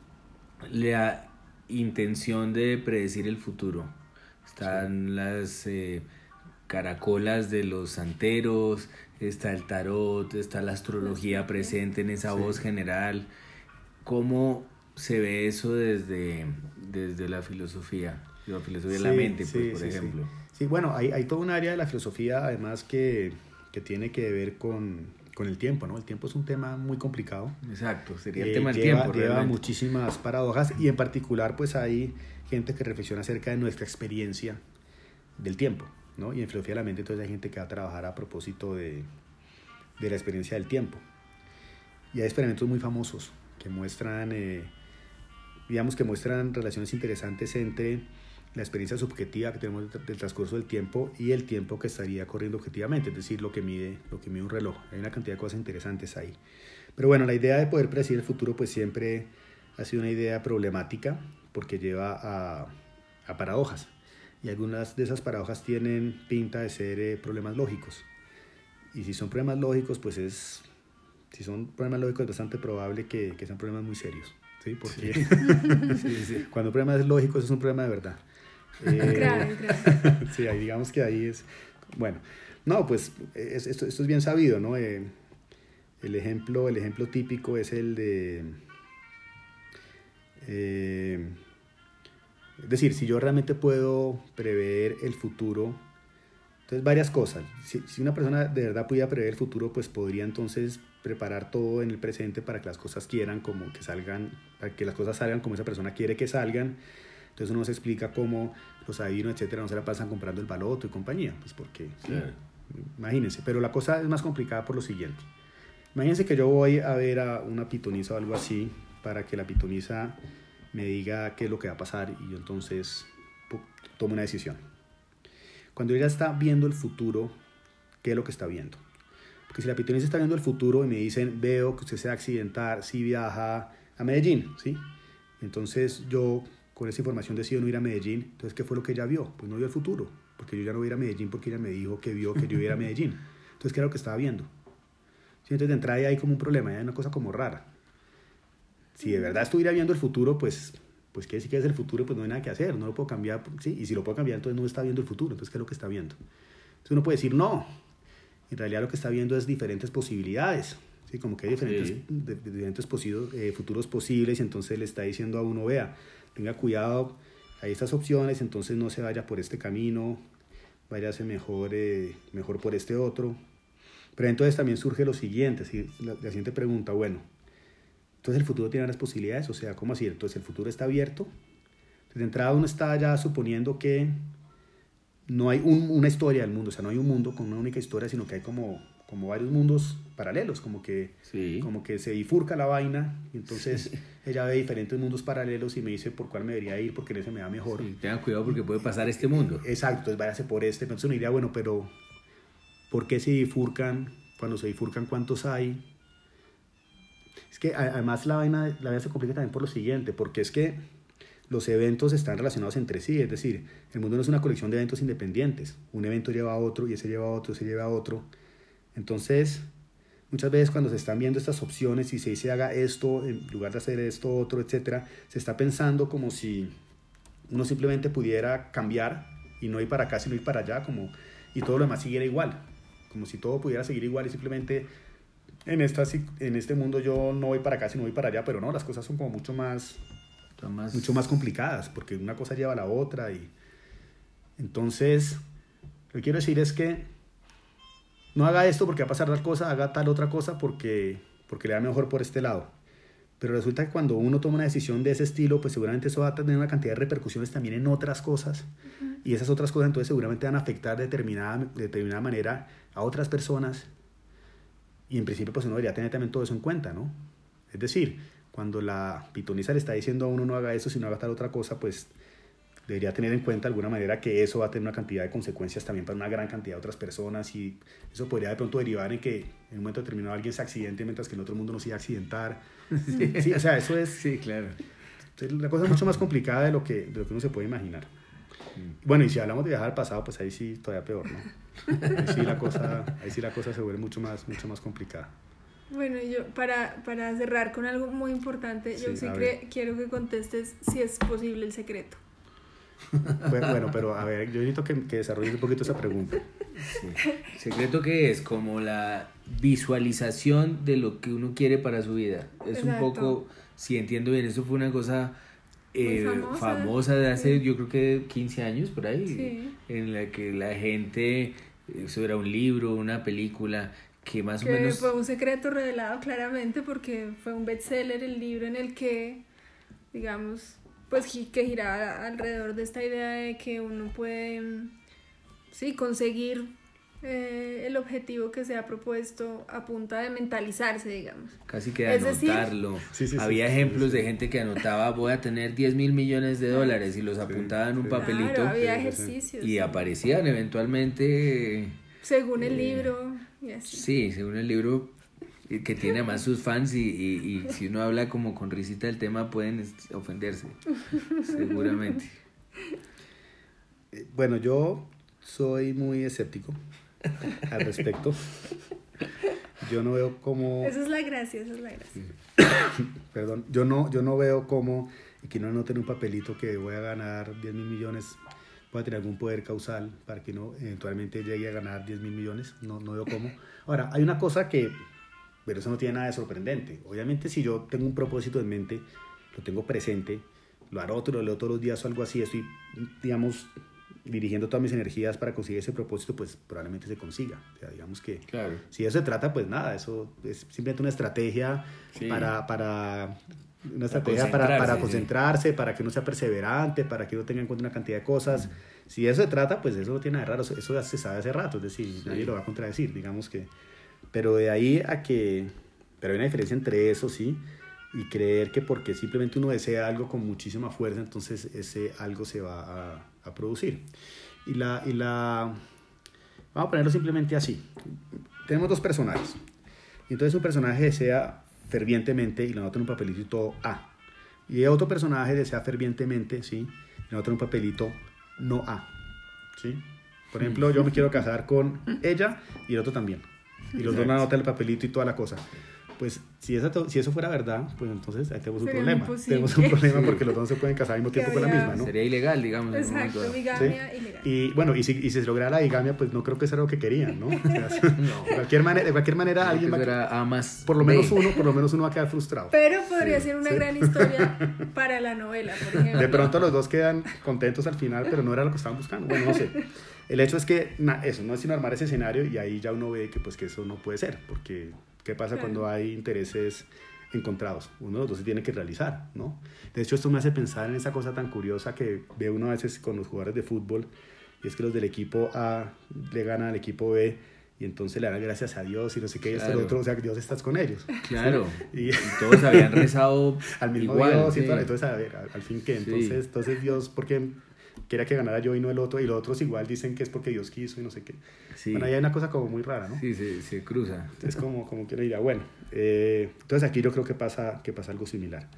la intención de predecir el futuro. Están, sí, las caracolas de los santeros, está el tarot, está la astrología presente en esa, sí, voz general. ¿Cómo se ve eso desde la filosofía? La filosofía, sí, de la mente, pues, sí, por ejemplo. Sí, bueno, hay todo un área de la filosofía, además, que tiene que ver con el tiempo, ¿no? El tiempo es un tema muy complicado. Exacto, sería el tema del tiempo. Lleva muchísimas paradojas, y en particular, pues hay gente que reflexiona acerca de nuestra experiencia del tiempo, ¿no? Y en filosofía de la mente, entonces hay gente que va a trabajar a propósito de la experiencia del tiempo. Y hay experimentos muy famosos que muestran, muestran relaciones interesantes entre la experiencia subjetiva que tenemos del transcurso del tiempo y el tiempo que estaría corriendo objetivamente, es decir, lo que mide un reloj. Hay una cantidad de cosas interesantes ahí. Pero bueno, la idea de poder predecir el futuro pues siempre ha sido una idea problemática, porque lleva a paradojas. Y algunas de esas paradojas tienen pinta de ser problemas lógicos. Y si son problemas lógicos, pues es bastante probable que sean problemas muy serios, ¿sí? Porque sí. Cuando un problema es lógico, eso es un problema de verdad. Claro. Sí, ahí digamos que ahí es... Bueno, no, pues esto es bien sabido, ¿no? El ejemplo típico es el de... es decir, si yo realmente puedo prever el futuro, entonces varias cosas. Si una persona de verdad pudiera prever el futuro, pues podría entonces preparar todo en el presente para que las cosas para que las cosas salgan como esa persona quiere que salgan. Entonces uno se explica cómo los adivinos, etcétera, no se la pasan comprando el baloto y compañía, pues porque, claro, sí, imagínense. Pero la cosa es más complicada por lo siguiente. Imagínense que yo voy a ver a una pitonisa o algo así, para que la pitonisa me diga qué es lo que va a pasar, y yo entonces tomo una decisión. Cuando ella está viendo el futuro, ¿qué es lo que está viendo? Porque si la pitonisa está viendo el futuro y me dicen, veo que usted se va a accidentar si viaja a Medellín, ¿sí? Entonces yo, con esa información decidió no ir a Medellín. Entonces, ¿qué fue lo que ella vio? Pues no vio el futuro, porque yo ya no voy a ir a Medellín porque ella me dijo que vio que yo iba a ir a Medellín. Entonces, ¿qué era lo que estaba viendo? Sí, entonces, de entrada hay como un problema, hay una cosa como rara. Si de verdad estuviera viendo el futuro, pues ¿qué decir que es el futuro? Pues no hay nada que hacer, no lo puedo cambiar, ¿sí? Y si lo puedo cambiar, entonces no está viendo el futuro. Entonces, ¿qué es lo que está viendo? Entonces uno puede decir, no, en realidad lo que está viendo es diferentes posibilidades, ¿sí? Como que hay diferentes futuros posibles, y entonces le está diciendo a uno, vea, tenga cuidado, hay estas opciones, entonces no se vaya por este camino, váyase mejor por este otro. Pero entonces también surge lo siguiente, ¿sí? La siguiente pregunta, bueno, entonces el futuro tiene las posibilidades, o sea, ¿cómo así? Entonces el futuro está abierto. Entonces de entrada uno está ya suponiendo que no hay una historia del mundo, o sea, no hay un mundo con una única historia, sino que hay como varios mundos paralelos, como que se bifurca la vaina, y entonces ella ve diferentes mundos paralelos y me dice por cuál me debería ir, porque en ese me da mejor. Sí, tenga cuidado porque puede pasar este mundo. Exacto, entonces váyase por este. Entonces uno diría, bueno, pero ¿por qué se bifurcan? Cuando se bifurcan, ¿cuántos hay? Es que además la vaina se complica también por lo siguiente, porque es que los eventos están relacionados entre sí, es decir, el mundo no es una colección de eventos independientes, un evento lleva a otro y ese lleva a otro, ese lleva a otro. Entonces, muchas veces cuando se están viendo estas opciones y se dice haga esto en lugar de hacer esto, otro, etcétera, se está pensando como si uno simplemente pudiera cambiar y no ir para acá sino ir para allá, y todo lo demás siguiera igual, como si todo pudiera seguir igual y simplemente en este mundo yo no voy para acá sino voy para allá, pero no, las cosas son como mucho más complicadas, porque una cosa lleva a la otra. Y entonces lo que quiero decir es que no haga esto porque va a pasar tal cosa, haga tal otra cosa porque le da mejor por este lado. Pero resulta que cuando uno toma una decisión de ese estilo, pues seguramente eso va a tener una cantidad de repercusiones también en otras cosas, y esas otras cosas entonces seguramente van a afectar de determinada manera a otras personas, y en principio pues uno debería tener también todo eso en cuenta, ¿no? Es decir, cuando la pitonisa le está diciendo a uno no haga eso, sino haga tal otra cosa, pues debería tener en cuenta de alguna manera que eso va a tener una cantidad de consecuencias también para una gran cantidad de otras personas, y eso podría de pronto derivar en que en un momento determinado alguien se accidente mientras que en otro mundo no se iba a accidentar. Sí, o sea, eso es... Sí, claro. Entonces, la cosa es mucho más complicada de lo que uno se puede imaginar. Bueno, y si hablamos de viajar al pasado, pues ahí sí todavía peor, ¿no? Ahí sí la cosa se vuelve mucho más complicada. Bueno, yo para cerrar con algo muy importante, yo sí quiero que contestes si es posible el secreto. Bueno, pero a ver, yo necesito que desarrolles un poquito esa pregunta. Sí. ¿Secreto qué es? Como la visualización de lo que uno quiere para su vida. Es Exacto. Un poco, si entiendo bien, eso fue una cosa famosa de hace, yo creo que 15 años por ahí, en la que la gente, eso era un libro, una película, que más o menos... Fue un secreto revelado claramente porque fue un bestseller el libro en el que, digamos, pues que giraba alrededor de esta idea de que uno puede, conseguir el objetivo que se ha propuesto a punta de mentalizarse, digamos. Casi que de anotarlo. Había ejemplos de gente que anotaba, voy a tener 10,000 millones de dólares, y los apuntaba en un papelito. Claro, había ejercicios. Y aparecían eventualmente... Según el libro y así. Sí, según el libro, que tiene además sus fans, y si uno habla como con risita del tema pueden ofenderse, seguramente. Bueno, yo soy muy escéptico al respecto. Yo no veo cómo... Esa es la gracia. Perdón, yo no veo cómo, y que no anote en un papelito que voy a ganar 10,000 millones, voy a tener algún poder causal para que no eventualmente llegue a ganar 10,000 millones. No veo cómo. Ahora, hay una cosa que, pero eso no tiene nada de sorprendente. Obviamente, si yo tengo un propósito en mente, lo tengo presente, lo anoto, lo leo todos los días o algo así, estoy, digamos, dirigiendo todas mis energías para conseguir ese propósito, pues probablemente se consiga. O sea, digamos que claro. Si eso se trata, pues nada, eso es simplemente una estrategia para concentrarse, para que uno sea perseverante, para que uno tenga en cuenta una cantidad de cosas. Si eso se trata, pues eso no tiene nada de raro, eso ya se sabe hace rato, es decir, nadie lo va a contradecir, digamos que. Pero de ahí a que... Pero hay una diferencia entre eso, sí, y creer que porque simplemente uno desea algo con muchísima fuerza, entonces ese algo se va a producir. Vamos a ponerlo simplemente así. Tenemos dos personajes. Y entonces un personaje desea fervientemente, y lo anota en un papelito y todo, A. Y otro personaje desea fervientemente, ¿sí? Le nota un papelito no A, ¿sí? Por ejemplo, yo me quiero casar con ella y el otro también. Y los dos anotan el papelito y toda la cosa. Pues si eso fuera verdad, pues entonces ahí tenemos un problema. Tenemos un problema porque los dos no se pueden casar al mismo tiempo con la misma, ¿no? Sería ilegal, digamos. Exacto, bigamia ilegal. Y bueno, y si se lograra la bigamia, pues no creo que eso era lo que querían, ¿no? De cualquier manera alguien va más por lo menos uno va a quedar frustrado. Pero podría ser una gran historia para la novela, por ejemplo. De pronto los dos quedan contentos al final, pero no era lo que estaban buscando. Bueno, no sé. El hecho es que eso no es sino armar ese escenario y ahí ya uno ve que pues que eso no puede ser, porque ¿qué pasa cuando hay intereses encontrados? Uno de los dos se tiene que realizar, ¿no? De hecho, esto me hace pensar en esa cosa tan curiosa que ve uno a veces con los jugadores de fútbol, y es que los del equipo A le ganan al equipo B y entonces le dan gracias a Dios y no sé qué, claro. Y esto, lo otro, o sea, Dios estás con ellos. Claro, ¿sí? Y todos habían rezado al mismo igual, Dios, sí. Entonces, a ver, al fin, ¿qué? Entonces Dios, ¿por qué quiera que ganara yo y no el otro? Y los otros igual dicen que es porque Dios quiso y no sé qué. Sí. Bueno, ahí hay una cosa como muy rara, ¿no? Sí, se cruza. Es como que uno dirá, bueno, entonces aquí yo creo que pasa algo similar.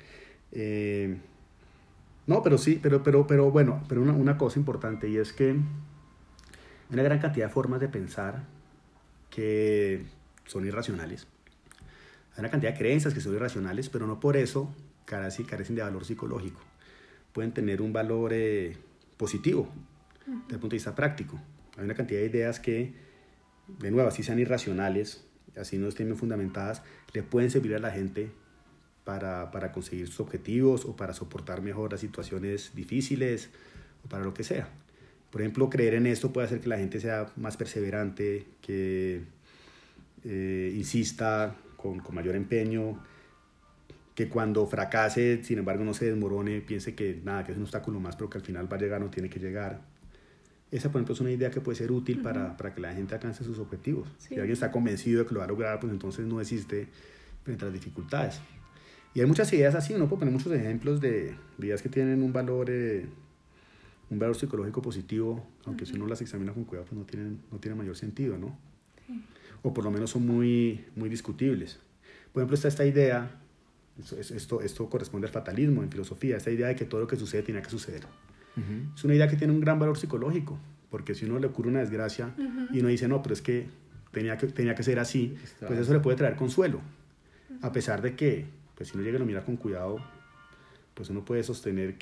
No, pero sí, pero bueno, pero una cosa importante, y es que hay una gran cantidad de formas de pensar que son irracionales. Hay una cantidad de creencias que son irracionales, pero no por eso carecen de valor psicológico. Pueden tener un valor positivo desde el punto de vista práctico. Hay una cantidad de ideas que, de nuevo, así sean irracionales, así no estén bien fundamentadas, le pueden servir a la gente para conseguir sus objetivos o para soportar mejor las situaciones difíciles o para lo que sea. Por ejemplo, creer en esto puede hacer que la gente sea más perseverante, que insista con mayor empeño, que cuando fracase, sin embargo, no se desmorone, piense que nada, que es un obstáculo más, pero que al final va a llegar, no tiene que llegar. Esa, por ejemplo, es una idea que puede ser útil para que la gente alcance sus objetivos. Sí. Si alguien está convencido de que lo va a lograr, pues entonces no existe frente a las dificultades. Y hay muchas ideas así, uno puede poner muchos ejemplos de ideas que tienen un valor psicológico positivo, aunque si uno las examina con cuidado, pues no tienen mayor sentido, ¿no? Sí. O por lo menos son muy, muy discutibles. Por ejemplo, está esta idea, esto corresponde al fatalismo en filosofía, esta idea de que todo lo que sucede tiene que suceder. Uh-huh. Es una idea que tiene un gran valor psicológico, porque si uno le ocurre una desgracia y uno dice, no, pero es que tenía que ser así, pues eso le puede traer consuelo, a pesar de que, pues si uno llega y lo mira con cuidado, pues uno puede sostener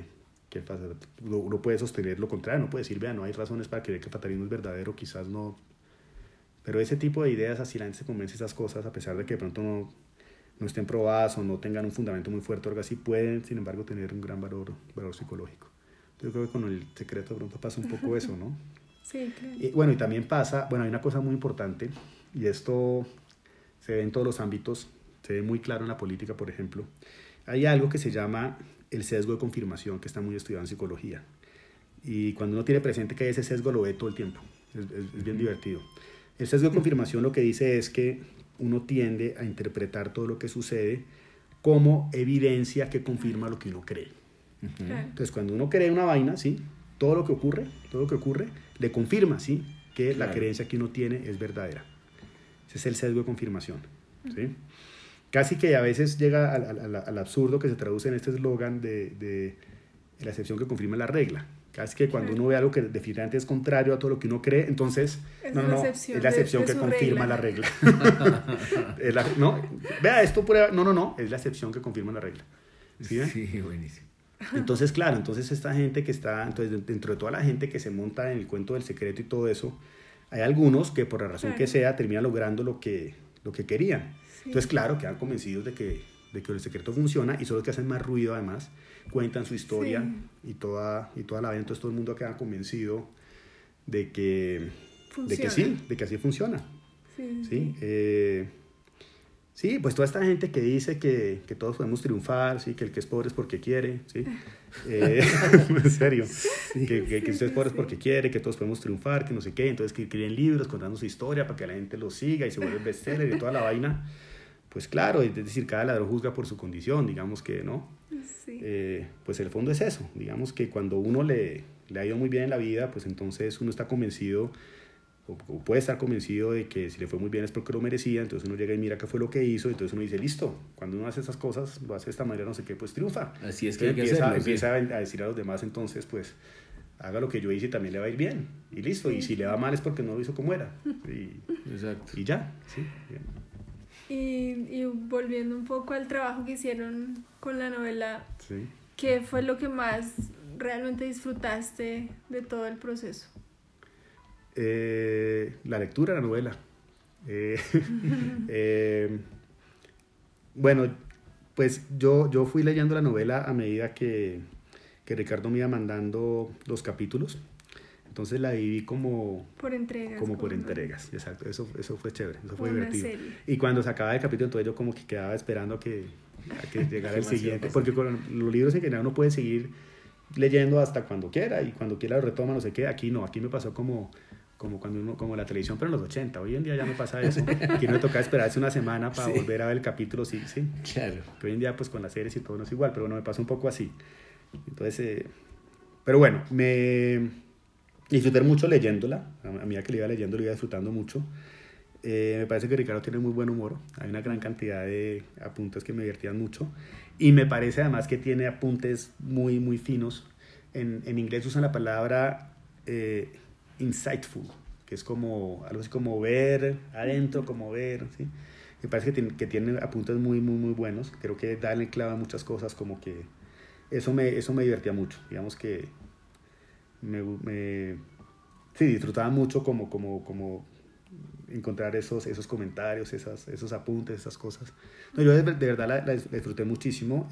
uno puede sostener lo contrario, no puede decir, vea, no hay razones para creer que el fatalismo es verdadero, quizás no, pero ese tipo de ideas, así la gente se convence de esas cosas, a pesar de que de pronto no estén probadas o no tengan un fundamento muy fuerte o algo así, pueden, sin embargo, tener un gran valor psicológico. Yo creo que con el secreto de pronto pasa un poco eso, ¿no? Sí, claro. Y bueno, y también pasa, hay una cosa muy importante, y esto se ve en todos los ámbitos, se ve muy claro en la política, por ejemplo. Hay algo que se llama el sesgo de confirmación, que está muy estudiado en psicología. Y cuando uno tiene presente que hay ese sesgo, lo ve todo el tiempo. Es bien divertido. El sesgo de confirmación lo que dice es que uno tiende a interpretar todo lo que sucede como evidencia que confirma lo que uno cree. Uh-huh. Entonces, cuando uno cree una vaina, ¿sí? todo lo que ocurre, le confirma, ¿sí? que la creencia que uno tiene es verdadera. Ese es el sesgo de confirmación. ¿Sí? Casi que a veces llega al absurdo que se traduce en este eslogan de la excepción que confirma la regla. Casi que cuando uno ve algo que definitivamente es contrario a todo lo que uno cree, entonces es la excepción que confirma la regla. Vea, esto prueba, es la excepción que confirma la regla. ¿Sí? Sí, buenísimo. Entonces, claro, esta gente que está, entonces dentro de toda la gente que se monta en el cuento del secreto y todo eso, hay algunos que por la razón que sea terminan logrando lo que querían. Sí. Entonces, claro, quedan convencidos de que el secreto funciona y son los que hacen más ruido además, cuentan su historia y toda la vida, entonces todo el mundo queda convencido de que así funciona. Sí, pues toda esta gente que dice que todos podemos triunfar, ¿sí? Que el que es pobre es porque quiere, ¿sí? En serio, que usted es pobre es porque quiere, que todos podemos triunfar, que no sé qué, entonces que escriben libros contando su historia para que la gente lo siga y se vuelve bestseller y toda la vaina. Pues claro, es decir, cada ladrón juzga por su condición, digamos que, ¿no? Sí. Pues el fondo es eso, digamos que cuando uno le ha ido muy bien en la vida, pues entonces uno está convencido o puede estar convencido de que si le fue muy bien es porque lo merecía, entonces uno llega y mira qué fue lo que hizo, entonces uno dice, listo, cuando uno hace esas cosas, lo hace de esta manera, no sé qué, pues triunfa. Así es que hay que hacerlo, empieza a decir a los demás, entonces, pues, haga lo que yo hice y también le va a ir bien, y listo, y si le va mal es porque no lo hizo como era, Exacto. y ya, sí. Y volviendo un poco al trabajo que hicieron con la novela, Sí. ¿qué fue lo que más realmente disfrutaste de todo el proceso? La lectura de la novela. Bueno, pues yo fui leyendo la novela a medida que Ricardo me iba mandando los capítulos. Entonces la viví como por entregas. Como por entregas, exacto. Eso fue chévere, eso fue una divertido. Serie. Y cuando se acababa el capítulo, entonces yo como que quedaba esperando a que llegara el siguiente. Porque con los libros en general uno puede seguir leyendo hasta cuando quiera y cuando quiera lo retoma, no sé qué. Aquí no, aquí me pasó como cuando uno, como la televisión, pero en los 80. Hoy en día ya no pasa eso. Aquí no me toca esperarse una semana para volver a ver el capítulo, sí. Claro. Que hoy en día pues con las series y todo no es igual, pero bueno, me pasó un poco así. Entonces, pero bueno, me disfruté mucho leyéndola. A medida que la iba leyendo, la iba disfrutando mucho. Me parece que Ricardo tiene muy buen humor. Hay una gran cantidad de apuntes que me divertían mucho. Y me parece además que tiene apuntes muy, muy finos. En inglés usan la palabra insightful, que es como algo así como ver adentro, como ver, ¿sí? Me parece que tiene apuntes muy, muy, muy buenos. Creo que da en el clavo en muchas cosas, como que eso me divertía mucho. Digamos que sí, disfrutaba mucho como encontrar esos comentarios, esos apuntes, esas cosas. No, yo de verdad la disfruté muchísimo.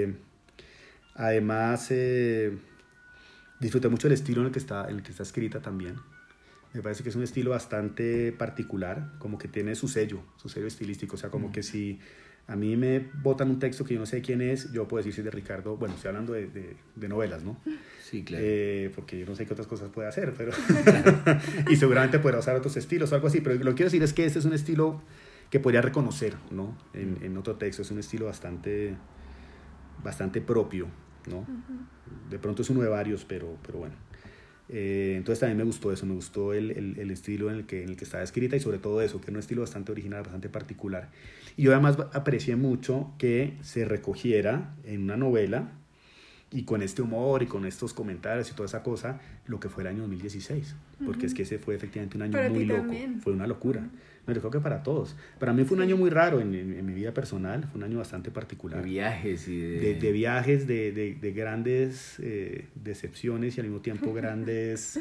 Además, disfruté mucho el estilo en el que está escrita también. Me parece que es un estilo bastante particular, como que tiene su sello estilístico. O sea, como que si a mí me botan un texto que yo no sé quién es, yo puedo decir si es de Ricardo. Bueno, estoy hablando de novelas, ¿no? Sí, claro. Porque yo no sé qué otras cosas puede hacer, pero y seguramente podrá usar otros estilos o algo así, pero lo que quiero decir es que este es un estilo que podría reconocer, ¿no? En otro texto, es un estilo bastante propio, ¿no? Uh-huh. De pronto es uno de varios, pero bueno. Entonces también me gustó eso, me gustó el estilo en el que estaba escrita y sobre todo eso, que era un estilo bastante original, bastante particular. Y yo además aprecié mucho que se recogiera en una novela y con este humor y con estos comentarios y toda esa cosa, lo que fue el año 2016, porque es que ese fue efectivamente un año muy loco, fue una locura. No, yo creo que para todos. Para mí fue un año muy raro en mi vida personal, fue un año bastante particular. De viajes y de viajes, de grandes decepciones y al mismo tiempo grandes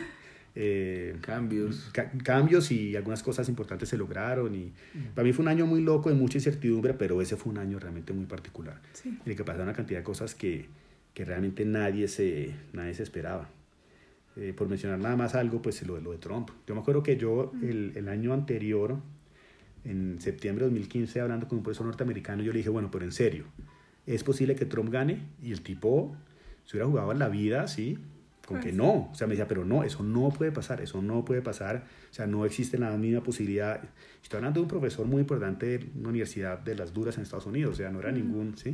cambios y algunas cosas importantes se lograron. Y para mí fue un año muy loco, de mucha incertidumbre, pero ese fue un año realmente muy particular, en el que pasaron una cantidad de cosas que realmente nadie se esperaba. Por mencionar nada más algo, pues lo de Trump. Yo me acuerdo que yo el año anterior, en septiembre de 2015, hablando con un profesor norteamericano, yo le dije, bueno, pero en serio, ¿es posible que Trump gane? Y el tipo se hubiera jugado en la vida, ¿sí? Con que no. O sea, me decía, pero no, eso no puede pasar. O sea, no existe la mínima posibilidad. Estoy hablando de un profesor muy importante de una universidad de las duras en Estados Unidos, o sea, no era ningún, ¿sí?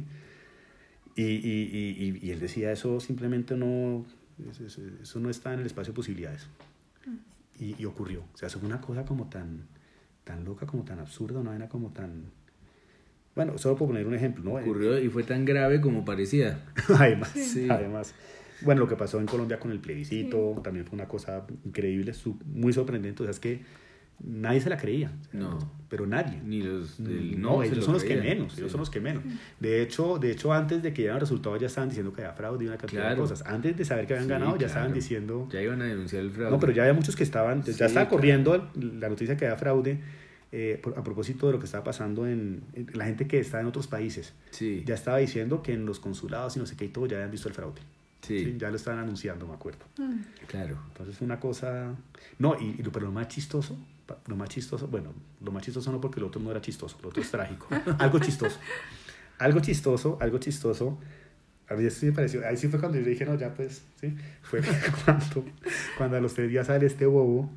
Y él decía, eso simplemente no, eso no está en el espacio de posibilidades. Y ocurrió. O sea, eso fue una cosa como tan loca, como tan absurda, una vaina como tan... Bueno, solo por poner un ejemplo, ¿no? Ocurrió y fue tan grave como parecía. Además. Bueno, lo que pasó en Colombia con el plebiscito también fue una cosa increíble, muy sorprendente. O sea, es que nadie se la creía. No. Pero nadie. Ni los del no, ellos son los que menos. Ellos son los que menos. De hecho, antes de que llegaran los resultados ya estaban diciendo que había fraude y una cantidad de cosas. Antes de saber que habían ganado, ya estaban diciendo... Ya iban a denunciar el fraude. No, pero ya había muchos que estaban... ya estaba corriendo la noticia que había fraude a propósito de lo que estaba pasando en la gente que está en otros países. Sí. Ya estaba diciendo que en los consulados y no sé qué y todo ya habían visto el fraude. Sí. Ya lo estaban anunciando, me acuerdo. Claro. Entonces fue una cosa... No, pero lo más chistoso, bueno, lo más chistoso no, porque lo otro no era chistoso, lo otro es trágico. Algo chistoso. A mí eso sí me pareció, ahí sí fue cuando yo dije, no, ya pues, sí. Fue cuando a los 3 días sale este bobo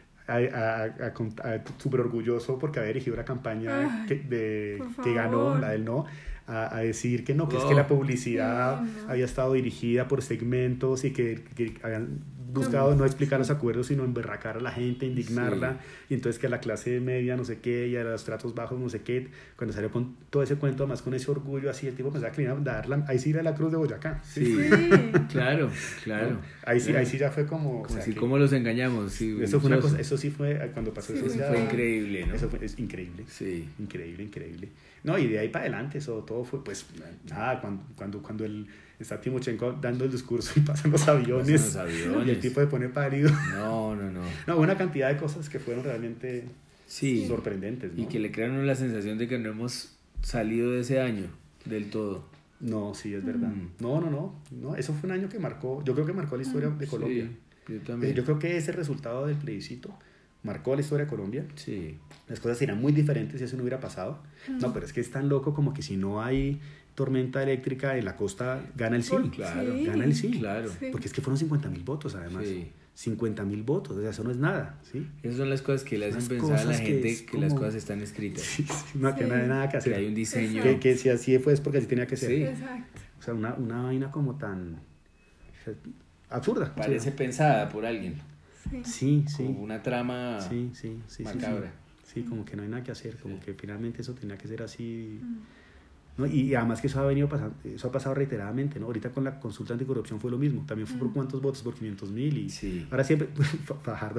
súper orgulloso porque había dirigido la campaña que ganó, la del no, a decir que no, que es que la publicidad había estado dirigida por segmentos y que habían buscado no explicar los acuerdos, sino emberracar a la gente, indignarla, y entonces que a la clase media no sé qué, y a los tratos bajos no sé qué, cuando salió con todo ese cuento, además con ese orgullo así, el tipo pensaba que le iba a dar ahí sí era la Cruz de Boyacá. Sí, claro. ¿No? Ahí sí ya fue como... Así como los engañamos. Sí, eso fue una cosa, eso sí fue, cuando pasó eso ya... Fue increíble, ¿no? Eso es increíble. Sí. Increíble. No, y de ahí para adelante, eso todo fue, pues, nada, cuando está Timochenko dando el discurso y pasan los aviones. Y el tipo se pone pálido. No. No, una cantidad de cosas que fueron realmente sorprendentes, ¿no? Y que le crearon la sensación de que no hemos salido de ese año del todo. No, sí, es verdad. No, eso fue un año que marcó, yo creo que marcó la historia de Colombia. Sí, yo también. Yo creo que ese resultado del plebiscito marcó la historia de Colombia. Sí. Las cosas serían muy diferentes si eso no hubiera pasado. No, pero es que es tan loco como que si no hay tormenta eléctrica en la costa, gana el sí. Claro. Gana el sí. Claro. Porque es que fueron 50.000 votos, además. Sí. 50.000 votos, o sea, eso no es nada, ¿sí? Esas son las cosas que le hacen pensar a la gente que las cosas están escritas. Sí, no, que no hay nada que hacer. Que hay un diseño. Que si así fue es porque así tenía que ser. Sí. Exacto. O sea, una vaina como tan absurda. Parece pensada por alguien. Sí. Como una trama macabra. Sí, como que no hay nada que hacer, como que finalmente eso tenía que ser así. ¿No? Y además que eso ha venido pasando, eso ha pasado reiteradamente, ¿no? Ahorita con la consulta anticorrupción fue lo mismo, también fue por cuántos votos, por 500.000 y ahora siempre Fajardo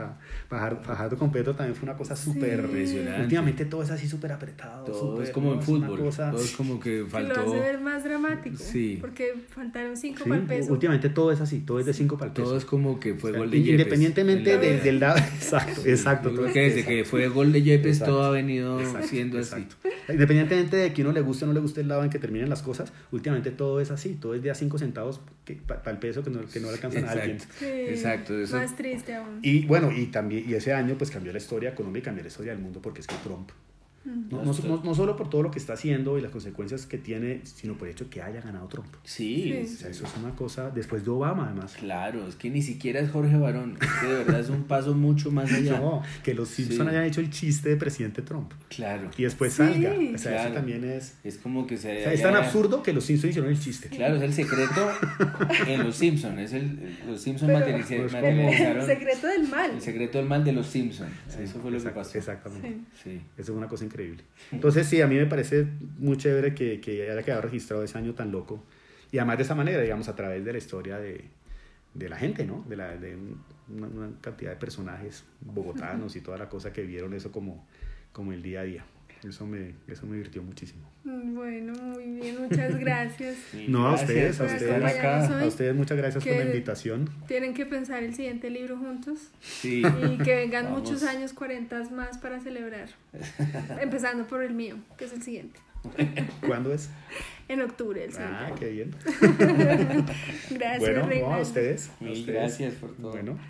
con Petro también fue una cosa súper impresionante. Últimamente todo es así súper apretado, todo es como en fútbol, cosa, todo es como que faltó, que lo hace ver más dramático, sí, porque faltaron 5 para el peso. Últimamente todo es así, todo es de 5 para el peso, todo es como que fue gol de Yepes, independientemente del lado, exacto, todo que desde que fue gol de Yepes todo ha venido siendo así. Independientemente de que uno le guste o no le guste el lado en que terminen las cosas, últimamente todo es así, todo es de a 5 centavos para el peso que no le alcanzan a alguien. Exacto, eso. Más triste aún. Y bueno, y ese año pues cambió la historia de Colombia y cambió la historia del mundo, porque es que Trump, no solo por todo lo que está haciendo y las consecuencias que tiene, sino por el hecho de que haya ganado Trump. Sí. O sea, eso es una cosa, después de Obama además. Claro, es que ni siquiera es Jorge Barón, es que de verdad es un paso mucho más allá. No, que los Simpson hayan hecho el chiste de presidente Trump. Claro. Y después salga. O sea, claro. Eso también es... Es como que se... O sea, es tan absurdo que los Simpson hicieron el chiste. Claro, es el secreto en los Simpson. Los Simpson materializaron... El secreto del mal. El secreto del mal de los Simpson. Eso fue lo que pasó. Exactamente. Sí. Eso es una cosa increíble. Entonces, sí, a mí me parece muy chévere que haya quedado registrado ese año tan loco. Y además de esa manera, digamos, a través de la historia de la gente, ¿no? De una cantidad de personajes bogotanos y toda la cosa que vieron eso como el día a día. Eso me divirtió muchísimo. Bueno, muy bien, muchas gracias. No, a ustedes muchas gracias por la invitación. Tienen que pensar el siguiente libro juntos. Sí. Y que vengan muchos años 40 más para celebrar. Empezando por el mío, que es el siguiente. ¿Cuándo es? En octubre, el siguiente. Qué bien. Gracias, bueno, Reina. a ustedes. Mil gracias por todo. Bueno.